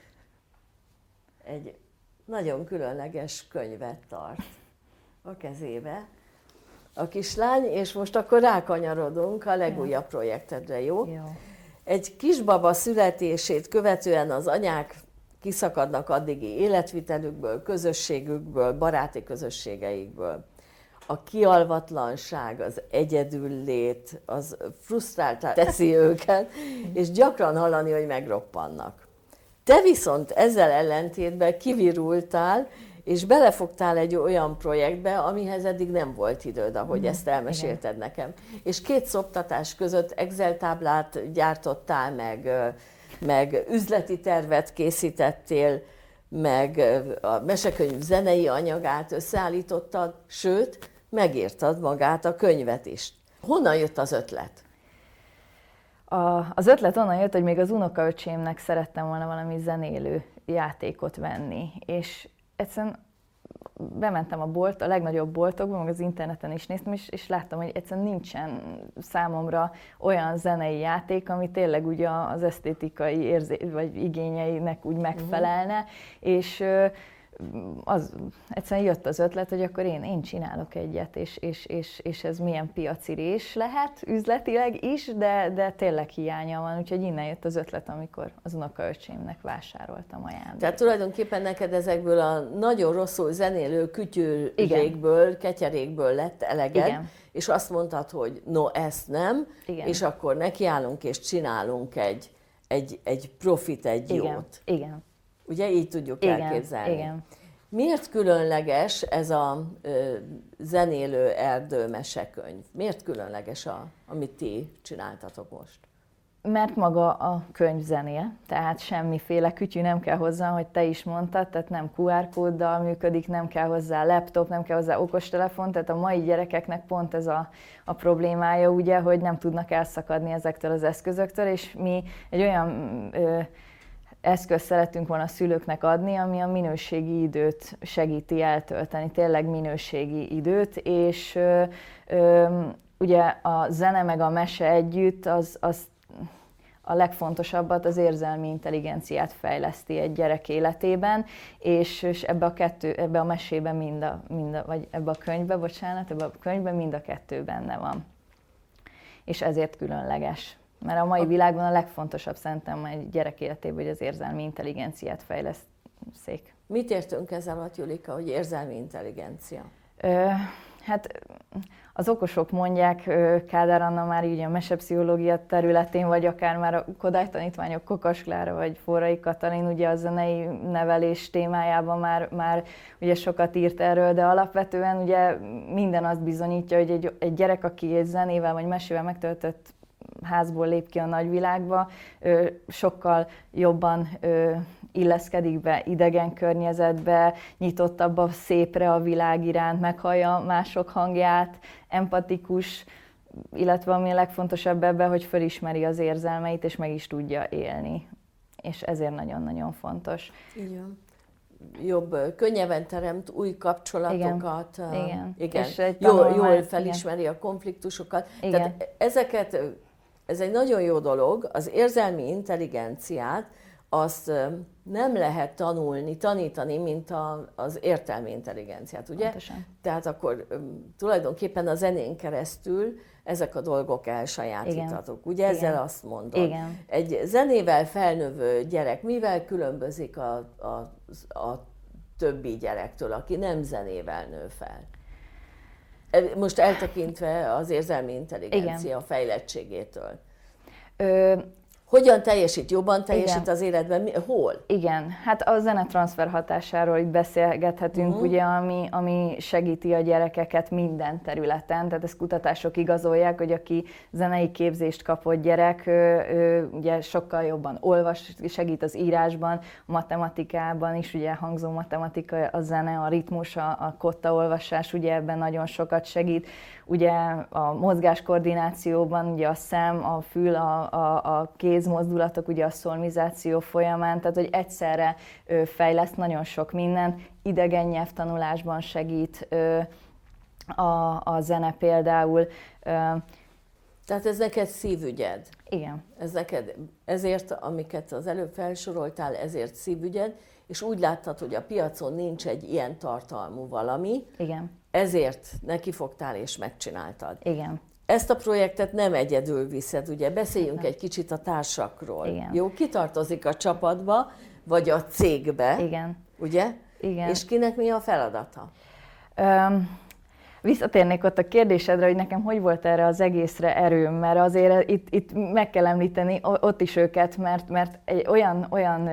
egy nagyon különleges könyvet tart a kezébe a kislány, és most akkor rákanyarodunk a legújabb projektedre, jó? Jó. Egy kisbaba születését követően az anyák kiszakadnak addigi életvitelükből, közösségükből, baráti közösségeikből. A kialvatlanság, az egyedüllét, az frusztráltá teszi őket, és gyakran hallani, hogy megroppannak. Te viszont ezzel ellentétben kivirultál, és belefogtál egy olyan projektbe, amihez eddig nem volt időd, ahogy mm, ezt elmesélted igen. nekem. És két szoptatás között Excel táblát gyártottál, meg, meg üzleti tervet készítettél, meg a mesekönyv zenei anyagát összeállítottad, sőt, megírtad magát a könyvet is. Honnan jött az ötlet? A, az ötlet onnan jött, hogy még az unokaöcsémnek szerettem volna valami zenélő játékot venni, és egyszerűen bementem a bolt, a legnagyobb boltokba, meg az interneten is néztem, és, és láttam, hogy egyszerűen nincsen számomra olyan zenei játék, ami tényleg ugye az esztétikai érzé- vagy igényeinek úgy megfelelne, uh-huh. és az, egyszerűen jött az ötlet, hogy akkor én, én csinálok egyet, és, és, és, és ez milyen piacirés lehet üzletileg is, de, de tényleg hiánya van, úgyhogy innen jött az ötlet, amikor az unokaöcsémnek vásároltam ajándékot. Tehát tulajdonképpen neked ezekből a nagyon rosszul zenélő kütyürékből, ketyerékből lett eleged, igen. és azt mondtad, hogy no, ezt nem, igen. és akkor nekiállunk és csinálunk egy, egy, egy profit, egy igen. jót. Igen. Ugye így tudjuk igen, elképzelni. Igen. Miért különleges ez a ö, zenélő erdő mesekönyv? Miért különleges, a, amit ti csináltatok most? Mert maga a könyv zenél, tehát semmiféle kütyű nem kell hozzá, hogy te is mondtad, tehát nem kú ár kóddal működik, nem kell hozzá laptop, nem kell hozzá okostelefon, tehát a mai gyerekeknek pont ez a, a problémája, ugye, hogy nem tudnak elszakadni ezektől az eszközöktől, és mi egy olyan ö, eszközt szeretünk volna a szülőknek adni, ami a minőségi időt segíti eltölteni, tényleg minőségi időt, és ö, ö, ugye a zene meg a mese együtt az, az a legfontosabbat, az érzelmi intelligenciát fejleszti egy gyerek életében, és, és ebbe a kettő, ebbe a mesében mind a, mind a, vagy ebbe a könyvbe, bocsánat, ebbe a könyvben mind a kettő benne van. És ezért különleges. Mert a mai világban a legfontosabb szerintem egy gyerek életében, hogy az érzelmi intelligenciát fejleszték. Mit értünk ezzel alatt, Julika, hogy érzelmi intelligencia? Ö, hát az okosok mondják, Kádár Anna már így a mesepszichológia területén, vagy akár már a Kodály tanítványok, Kokas Klára vagy Forrai Katalin, ugye a zenei nevelés témájában már, már ugye sokat írt erről, de alapvetően ugye minden azt bizonyítja, hogy egy, egy gyerek, aki egy zenével vagy mesével megtöltött házból lép ki a nagyvilágba, sokkal jobban illeszkedik be idegen környezetbe, nyitottabb a szépre a világ iránt, meghallja mások hangját, empatikus, illetve ami a legfontosabb ebben, hogy felismeri az érzelmeit, és meg is tudja élni. És ezért nagyon-nagyon fontos. Igen. Jobb, könnyebben teremt új kapcsolatokat. Igen. Igen. Igen. És egy jól, tanulmány, jól felismeri igen. a konfliktusokat. Igen. Tehát ezeket, ez egy nagyon jó dolog, az érzelmi intelligenciát azt nem lehet tanulni, tanítani, mint a, az értelmi intelligenciát, ugye? Pontosan. Tehát akkor tulajdonképpen a zenén keresztül ezek a dolgok elsajátíthatók. Ugye ezzel Igen. azt mondod. Igen. Egy zenével felnövő gyerek mivel különbözik a, a, a többi gyerektől, aki nem zenével nő fel? Most eltekintve az érzelmi intelligencia Igen. fejlettségétől. Ö, Hogyan teljesít, jobban teljesít Igen. az életben? Mi, hol? Igen, hát a zenetranszfer hatásáról itt beszélgethetünk, uh-huh. ugye, ami, ami segíti a gyerekeket minden területen, tehát ezt kutatások igazolják, hogy aki zenei képzést kapott gyerek, ő, ő, ugye sokkal jobban olvas, segít az írásban, a matematikában is, ugye hangzó matematika, a zene, a ritmus, a, a kottaolvasás, ugye ebben nagyon sokat segít. Ugye a mozgáskoordinációban, ugye a szem, a fül, a, a, a kézmozdulatok, ugye a szolmizáció folyamán, tehát hogy egyszerre ö, fejleszt nagyon sok mindent, idegen nyelvtanulásban segít ö, a, a zene például. Ö, Tehát ez neked szívügyed? Igen. Ez neked, ezért, amiket az előbb felsoroltál, ezért szívügyed, és úgy láttad, hogy a piacon nincs egy ilyen tartalmú valami. Igen. Ezért nekifogtál és megcsináltad. Igen. Ezt a projektet nem egyedül viszed, ugye? Beszéljünk egy kicsit a társakról. Igen. Jó, ki tartozik a csapatba, vagy a cégbe, Igen. ugye? Igen. És kinek mi a feladata? Um, Visszatérnék ott a kérdésedre, hogy nekem hogy volt erre az egészre erőm, mert azért itt, itt meg kell említeni ott is őket, mert, mert egy olyan, olyan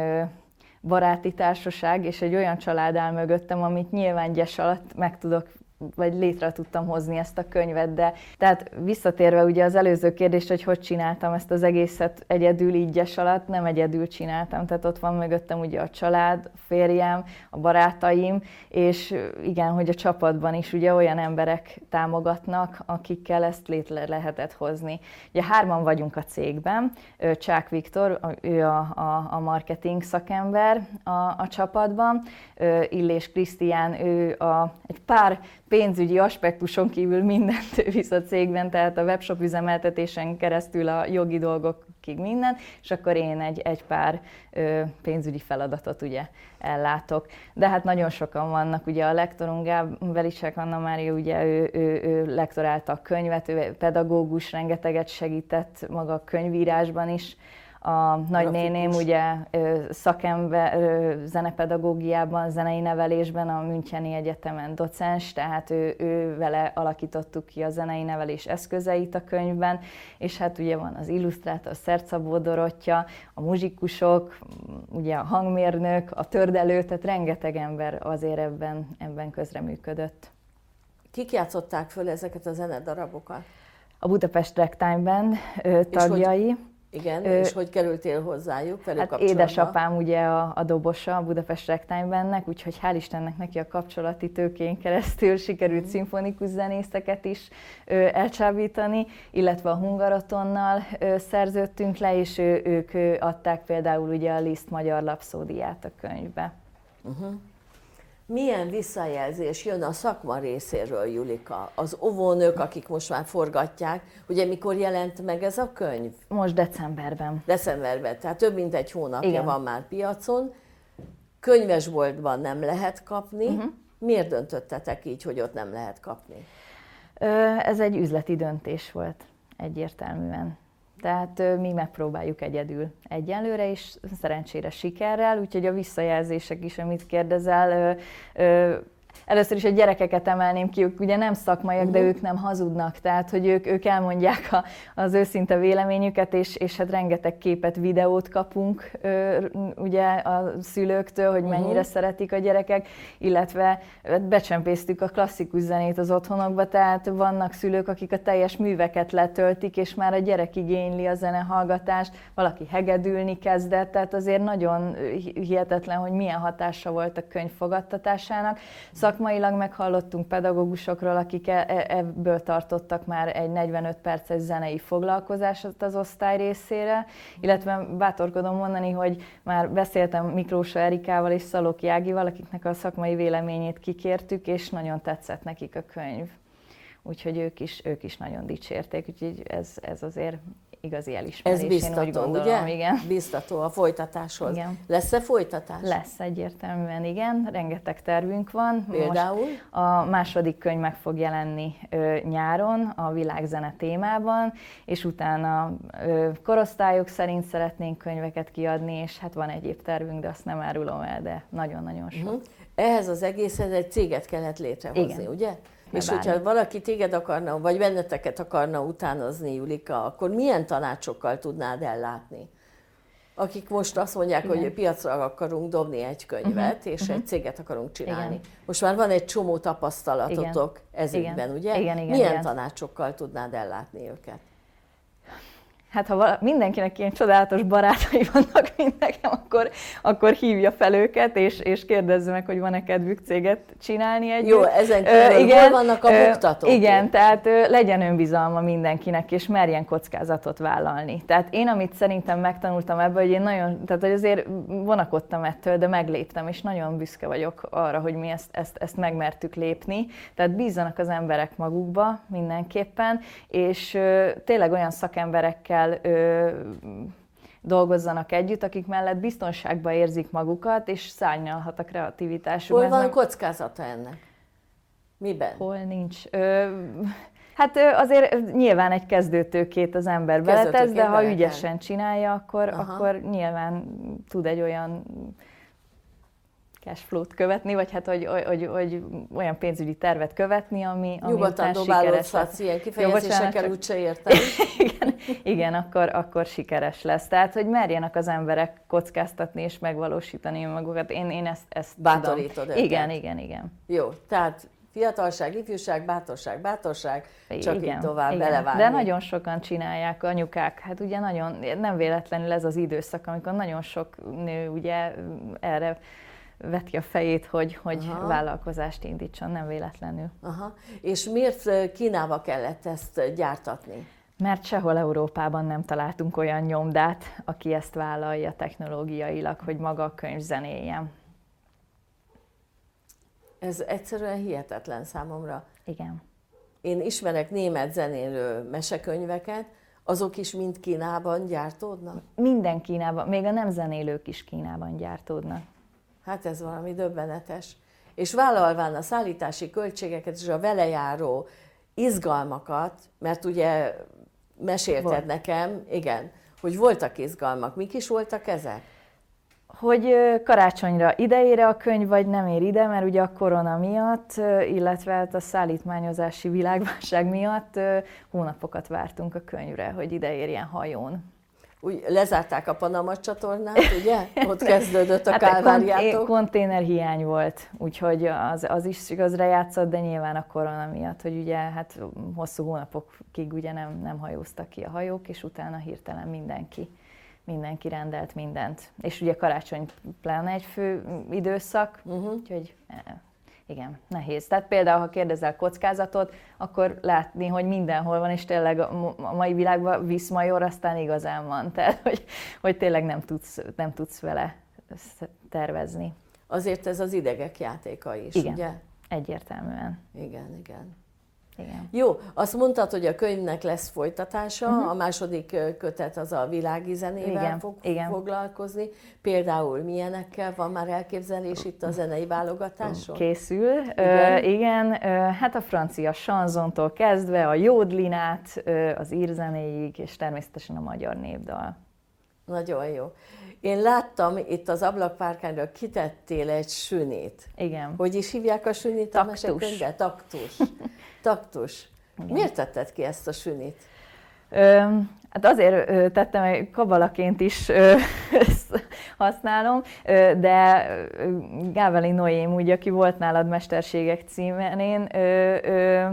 baráti társaság és egy olyan család áll mögöttem, amit nyilván gyes alatt meg tudok, vagy létre tudtam hozni ezt a könyvet, de tehát visszatérve ugye az előző kérdést, hogy hogy csináltam ezt az egészet egyedül így gyes alatt, nem egyedül csináltam, tehát ott van mögöttem ugye a család, a férjem, a barátaim, és igen, hogy a csapatban is ugye olyan emberek támogatnak, akikkel ezt létre lehetett hozni. Ugye hárman vagyunk a cégben, Csák Viktor, ő a, a, a marketing szakember a, a csapatban, Illés Krisztián, ő a, egy pár pénzügyi aspektuson kívül mindent visz a cégben, tehát a webshop üzemeltetésen keresztül a jogi dolgokig minden, és akkor én egy, egy pár ö, pénzügyi feladatot ugye ellátok. De hát nagyon sokan vannak, ugye a lektorunk Velisek Anna Mária, ugye ő, ő, ő lektorálta a könyvet, ő pedagógus, rengeteget segített maga a könyvírásban is. A nagynéném ugye szakember zenepedagógiában, zenei nevelésben, a Müncheni Egyetemen docens, tehát ő, ő vele alakítottuk ki a zenei nevelés eszközeit a könyvben, és hát ugye van az illusztrátor, Szercabó Dorottya, a muzsikusok, ugye a hangmérnök, a tördelő, tehát rengeteg ember azért ebben, ebben közreműködött. Kik játszották föl ezeket a zenedarabokat? A Budapest Ragtime Band tagjai. Hogy... Igen, Ö, és hogy kerültél hozzájuk, velük hát kapcsolatba? Édesapám ugye a, a dobosa a Budapest Ragtime Bandnek, úgyhogy hál' Istennek neki a kapcsolati tőkén keresztül sikerült mm. szimfonikus zenészeket is ö, elcsábítani, illetve a Hungarotonnal ö, szerződtünk le, és ő, ők ö, adták például ugye a Liszt magyar lapszódiát a könyvbe. Uh-huh. Milyen visszajelzés jön a szakma részéről, Julika? Az óvónők, akik most már forgatják, ugye mikor jelent meg ez a könyv? Most decemberben. Decemberben, tehát több mint egy hónapja Igen. van már piacon. Könyvesboltban nem lehet kapni. Uh-huh. Miért döntöttetek így, hogy ott nem lehet kapni? Ez egy üzleti döntés volt, egyértelműen. Tehát mi megpróbáljuk egyedül egyelőre, és szerencsére sikerrel, úgyhogy a visszajelzések is, amit kérdezel, először is a gyerekeket emelném ki, ők ugye nem szakmaiak, uh-huh. de ők nem hazudnak, tehát hogy ők, ők elmondják a, az őszinte véleményüket, és, és hát rengeteg képet, videót kapunk ugye a szülőktől, hogy mennyire uh-huh. szeretik a gyerekek, illetve becsempésztük a klasszikus zenét az otthonokba, tehát vannak szülők, akik a teljes műveket letöltik, és már a gyerek igényli a zenehallgatást, valaki hegedülni kezdett, tehát azért nagyon hihetetlen, hogy milyen hatása volt a könyv fogadtatásának. Szakmailag meghallottunk pedagógusokról, akik ebből tartottak már egy negyvenöt perces zenei foglalkozást az osztály részére, illetve bátorkodom mondani, hogy már beszéltem Miklósa Erikával és Szalóki Ágival, akiknek a szakmai véleményét kikértük, és nagyon tetszett nekik a könyv. Úgyhogy ők is, ők is nagyon dicsérték, úgyhogy ez, ez azért igazi elismerés. Ez biztató, én úgy gondolom, ugye? Igen. Biztató a folytatáshoz. Igen. Lesz-e folytatás? Lesz egyértelműen, igen. Rengeteg tervünk van. Például? Most a második könyv meg fog jelenni ö, nyáron a világzene témában, és utána ö, korosztályok szerint szeretnénk könyveket kiadni, és hát van egyéb tervünk, de azt nem árulom el, de nagyon-nagyon sok. Uh-huh. Ehhez az egészhez egy céget kellett létrehozni, igen. ugye? És bármi. hogyha valaki téged akarna, vagy benneteket akarna utánozni, Julika, akkor milyen tanácsokkal tudnád ellátni? akik most azt mondják, igen, hogy piacra akarunk dobni egy könyvet, uh-huh. és uh-huh. egy céget akarunk csinálni. Igen. Most már van egy csomó tapasztalatotok ez ügyben, ugye? Igen, igen, Milyen igen. tanácsokkal tudnád ellátni őket? Hát ha vala, mindenkinek ilyen csodálatos barátai vannak, mint nekem, akkor, akkor hívja fel őket, és, és kérdezze meg, hogy van-e kedvük céget csinálni együtt. Jó, ezen kívül igen, hol vannak a buktatók? Igen, tehát ö, legyen önbizalma mindenkinek, és merjen kockázatot vállalni. Tehát én, amit szerintem megtanultam ebből, hogy én nagyon, tehát hogy azért vonakodtam ettől, de megléptem, és nagyon büszke vagyok arra, hogy mi ezt, ezt, ezt megmertük lépni. Tehát bízzanak az emberek magukba mindenképpen, és ö, tényleg olyan szakemberekkel Ö, dolgozzanak együtt, akik mellett biztonságban érzik magukat, és szárnyalhat a kreativitásuk. Hol van nem... kockázata ennek? Miben? Hol nincs. Ö, hát ö, azért nyilván egy kezdőtőkét az ember beletesz, de ha ügyesen csinálja, akkor, akkor nyilván tud egy olyan cashflow-t követni, vagy hát hogy, hogy, hogy olyan pénzügyi tervet követni, ami, ami nyugodtan dobálódhatsz, ilyen kifejezésekkel úgyse értem. igen, igen akkor, akkor sikeres lesz. Tehát, hogy merjenek az emberek kockáztatni és megvalósítani magukat. Én, én ezt, ezt bátorítod őket. Igen, igen, igen. Jó, tehát fiatalság, ifjúság, bátorság, bátorság, csak igen, így tovább igen. belevágni. De nagyon sokan csinálják, anyukák, hát ugye nagyon, nem véletlenül ez az időszak, amikor nagyon sok nő ugye erre veti a fejét, hogy, hogy vállalkozást indítson, nem véletlenül. Aha. És miért Kínába kellett ezt gyártatni? Mert sehol Európában nem találtunk olyan nyomdát, aki ezt vállalja technológiailag, hogy maga a könyv zenéljen. Ez egyszerűen hihetetlen számomra. Igen. Én ismerek német zenélő mesekönyveket, azok is mind Kínában gyártódnak? Minden Kínában, még a nem zenélők is Kínában gyártódnak. Hát ez valami döbbenetes. És vállalván a szállítási költségeket és a vele járó izgalmakat, mert ugye mesélted Volt. nekem, igen, hogy voltak izgalmak. Mik is voltak ezek? Hogy karácsonyra ideére a könyv, vagy nem ér ide, mert ugye a korona miatt, illetve a szállítmányozási világválság miatt hónapokat vártunk a könyvre, hogy ide érjen hajón. Úgy lezárták a Panama csatornát, ugye? Ott kezdődött a hát kálváriátok. Konténerhiány volt, úgyhogy az, az is igazra játszott, de nyilván a korona miatt, hogy ugye hát hosszú hónapokig ugye nem, nem hajóztak ki a hajók, és utána hirtelen mindenki, mindenki rendelt mindent. És ugye karácsony pláne egy fő időszak, uh-huh. úgyhogy igen, nehéz. Tehát például, ha kérdezel kockázatot, akkor látni, hogy mindenhol van, és tényleg a mai világban viszmajor, aztán igazán van. Tehát, hogy, hogy tényleg nem tudsz, nem tudsz vele tervezni. Azért ez az idegek játéka is, igen, ugye? Egyértelműen. Igen, igen. Igen. Jó, azt mondtad, hogy a könyvnek lesz folytatása, uh-huh. a második kötet az a világi zenével igen, fog igen. foglalkozni. Például milyenekkel van már elképzelés itt a zenei válogatáson? Készül, igen. Uh, igen. Uh, hát a francia chansontól kezdve a jódlinát, uh, az írzenéig, és természetesen a magyar népdal. Nagyon jó. Én láttam itt az ablakpárkányra, kitettél egy sünit. Igen. Hogy is hívják a sünit? Taktus. A mesekönyvbe? Taktus. Taktus. Igen. Miért tetted ki ezt a sünit? Ö, hát azért ö, tettem, hogy kabalaként is ö, használom, ö, de Gáveli Noém, úgy, aki volt nálad Mesterségek címenén, ö, ö,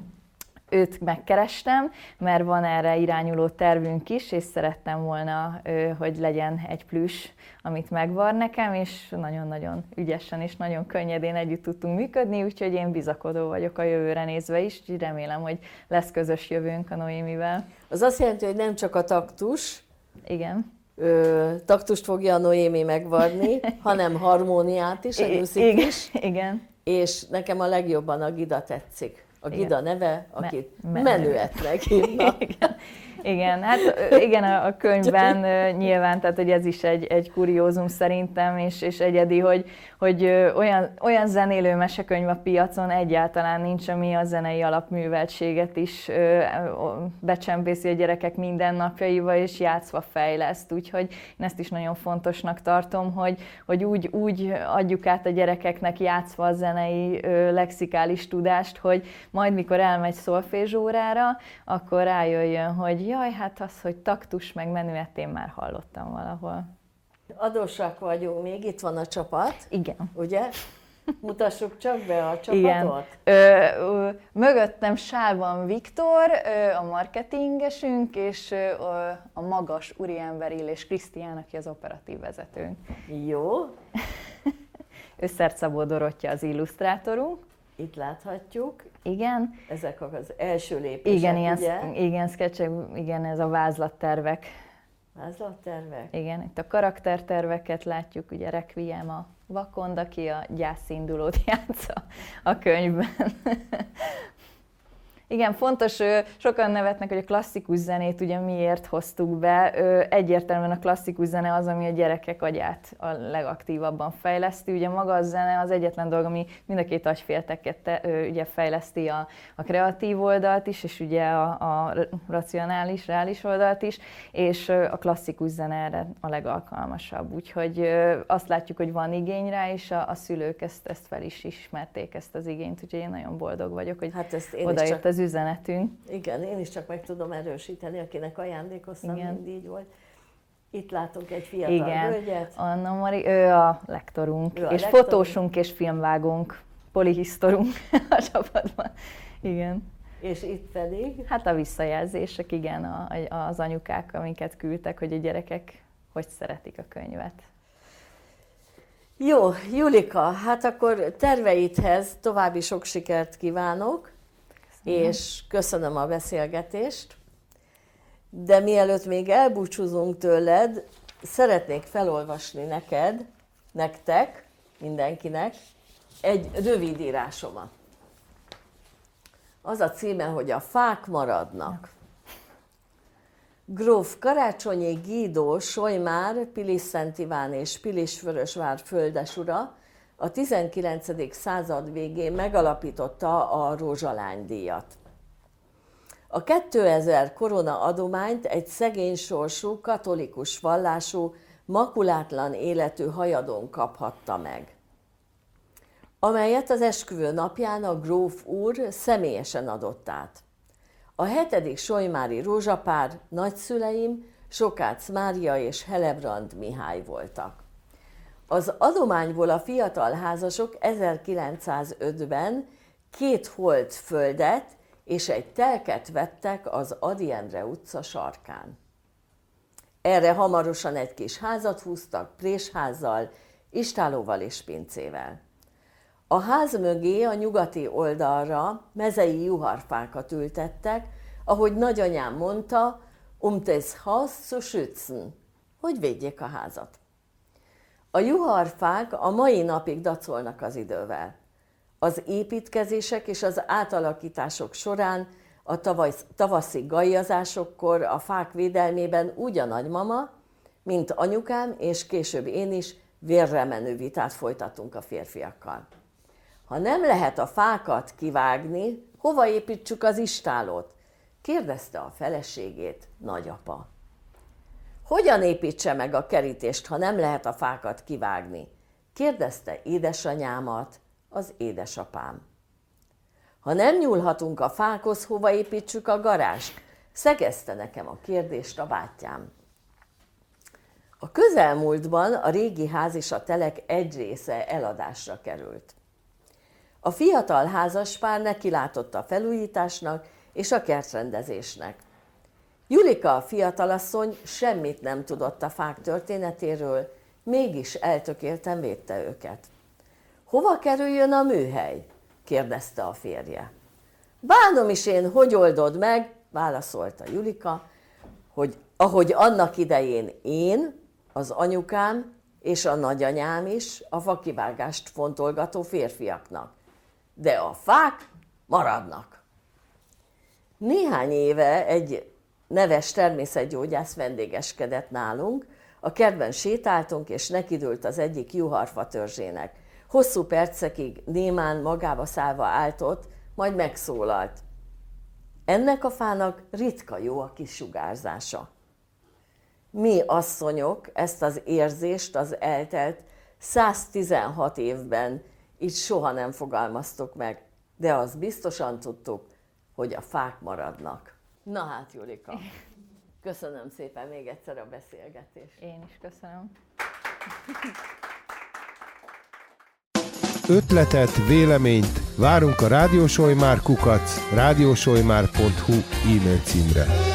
őt megkerestem, mert van erre irányuló tervünk is, és szerettem volna, hogy legyen egy plüss, amit megvar nekem, és nagyon-nagyon ügyesen és nagyon könnyedén együtt tudtunk működni, úgyhogy én bizakodó vagyok a jövőre nézve is, úgyhogy remélem, hogy lesz közös jövőnk a Noémivel. Az azt jelenti, hogy nem csak a taktus, igen. Ö, taktust fogja a Noémi megvarni, hanem harmóniát is, a nyuszit is. Igen. És nekem a legjobban a Gida tetszik. A Gida neve, akit Me- menőetnek hívnak. Igen. Igen, hát igen, a könyvben nyilván, tehát hogy ez is egy, egy kuriózum szerintem, és, és egyedi, hogy, hogy olyan, olyan zenélő mesekönyv a piacon egyáltalán nincs, ami a zenei alapműveltséget is becsempészi a gyerekek mindennapjaiba, és játszva fejleszt. Úgyhogy én ezt is nagyon fontosnak tartom, hogy, hogy úgy, úgy adjuk át a gyerekeknek játszva a zenei lexikális tudást, hogy majd mikor elmegy szolfézsórára, akkor rájöjjön, olyan, hogy jaj, hát az, hogy taktus meg menüet én már hallottam valahol. Adósak vagyunk még, itt van a csapat. Igen. Ugye? Mutassuk csak be a csapatot. Igen. Ö, ö, mögöttem sálban Viktor, ö, a marketingesünk, és ö, a magas úriember és Krisztián, aki az operatív vezetőnk. Jó. Ő Szercabó Dorottya az illusztrátorunk. Itt láthatjuk. Igen. Ezek az első lépések, igen, ilyen, ugye? Igen, sketchek, igen, ez a vázlattervek. Vázlattervek? Igen, itt a karakterterveket látjuk, ugye Requiem a vakond, aki a gyászindulót játsza a könyvben. Igen, fontos, sokan nevetnek, hogy a klasszikus zenét ugye miért hoztuk be. Egyértelműen a klasszikus zene az, ami a gyerekek agyát a legaktívabban fejleszti. Ugye maga a zene az egyetlen dolog, ami mind a két agyfélteket ugye fejleszti a, a kreatív oldalt is, és ugye a, a racionális, reális oldalt is, és a klasszikus zene erre a legalkalmasabb. Úgyhogy azt látjuk, hogy van igény rá, és a, a szülők ezt, ezt fel is ismerték, ezt az igényt, úgyhogy én nagyon boldog vagyok, hogy hát odaért az üzenetünk. Igen, én is csak meg tudom erősíteni, akinek ajándékoztam, mind így volt. Itt látunk egy fiatal Igen. hölgyet. Anna Mari, ő a lektorunk, ő a és lektorunk. Fotósunk és filmvágónk, polihisztorunk a csapatban. Igen. És itt pedig? Hát a visszajelzések, igen, a, az anyukák, amiket küldtek, hogy a gyerekek hogy szeretik a könyvet. Jó, Julika, hát akkor terveidhez további sok sikert kívánok, köszönöm. És köszönöm a beszélgetést, de mielőtt még elbúcsúzunk tőled, szeretnék felolvasni neked, nektek, mindenkinek, egy rövid írásomat. Az a címe, hogy a fák maradnak. Gróf Karácsonyi Guido Solymár, Pilis-Szent Iván és Pilis-Vörösvár földesura a tizenkilencedik század végén megalapította a Rózsalány-díjat. A kétezer korona adományt egy szegény sorsú, katolikus vallású, makulátlan életű hajadon kaphatta meg, amelyet az esküvő napján a gróf úr személyesen adott át. A hetedik solymári rózsapár nagyszüleim Sokács Mária és Helebrand Mihály voltak. Az adományból a fiatal házasok ezerkilencszázötben két holdföldet és egy telket vettek az Ady Endre utca sarkán. Erre hamarosan egy kis házat húztak présházzal, istállóval és pincével. A ház mögé a nyugati oldalra mezei juharfákat ültettek, ahogy nagyanyám mondta, um das Haus zu schützen, hogy védjék a házat. A juharfák a mai napig dacolnak az idővel. Az építkezések és az átalakítások során a tavasz, tavaszi gajjazásokkor a fák védelmében úgy a nagymama, mint anyukám és később én is vérre menő vitát folytatunk a férfiakkal. Ha nem lehet a fákat kivágni, hova építsük az istállót? Kérdezte a feleségét nagyapa. Hogyan építse meg a kerítést, ha nem lehet a fákat kivágni? Kérdezte édesanyámat az édesapám. Ha nem nyúlhatunk a fákhoz, hova építsük a garást? Szegezte nekem a kérdést a bátyám. A közelmúltban a régi ház és a telek egy része eladásra került. A fiatal házaspár nekilátott a felújításnak és a kertrendezésnek. Julika, a fiatalasszony, semmit nem tudott a fák történetéről, mégis eltökélten védte őket. Hova kerüljön a műhely? Kérdezte a férje. Bánom is én, hogy oldod meg, válaszolta Julika, hogy ahogy annak idején én, az anyukám és a nagyanyám is a fakivágást fontolgató férfiaknak. De a fák maradnak. Néhány éve egy neves természetgyógyász vendégeskedett nálunk, a kertben sétáltunk, és nekidőlt az egyik juharfa törzsének. Hosszú percekig némán magába szállva állt ott, majd megszólalt. Ennek a fának ritka jó a kisugárzása. Mi asszonyok ezt az érzést az eltelt száztizenhat évben így soha nem fogalmaztuk meg, de azt biztosan tudtuk, hogy a fák maradnak. Na hát, Julika, köszönöm szépen még egyszer a beszélgetést. Én is köszönöm. Ötletet, véleményt várunk a rádiósolymár kukac rádiósolymár pont hu e-mail címre.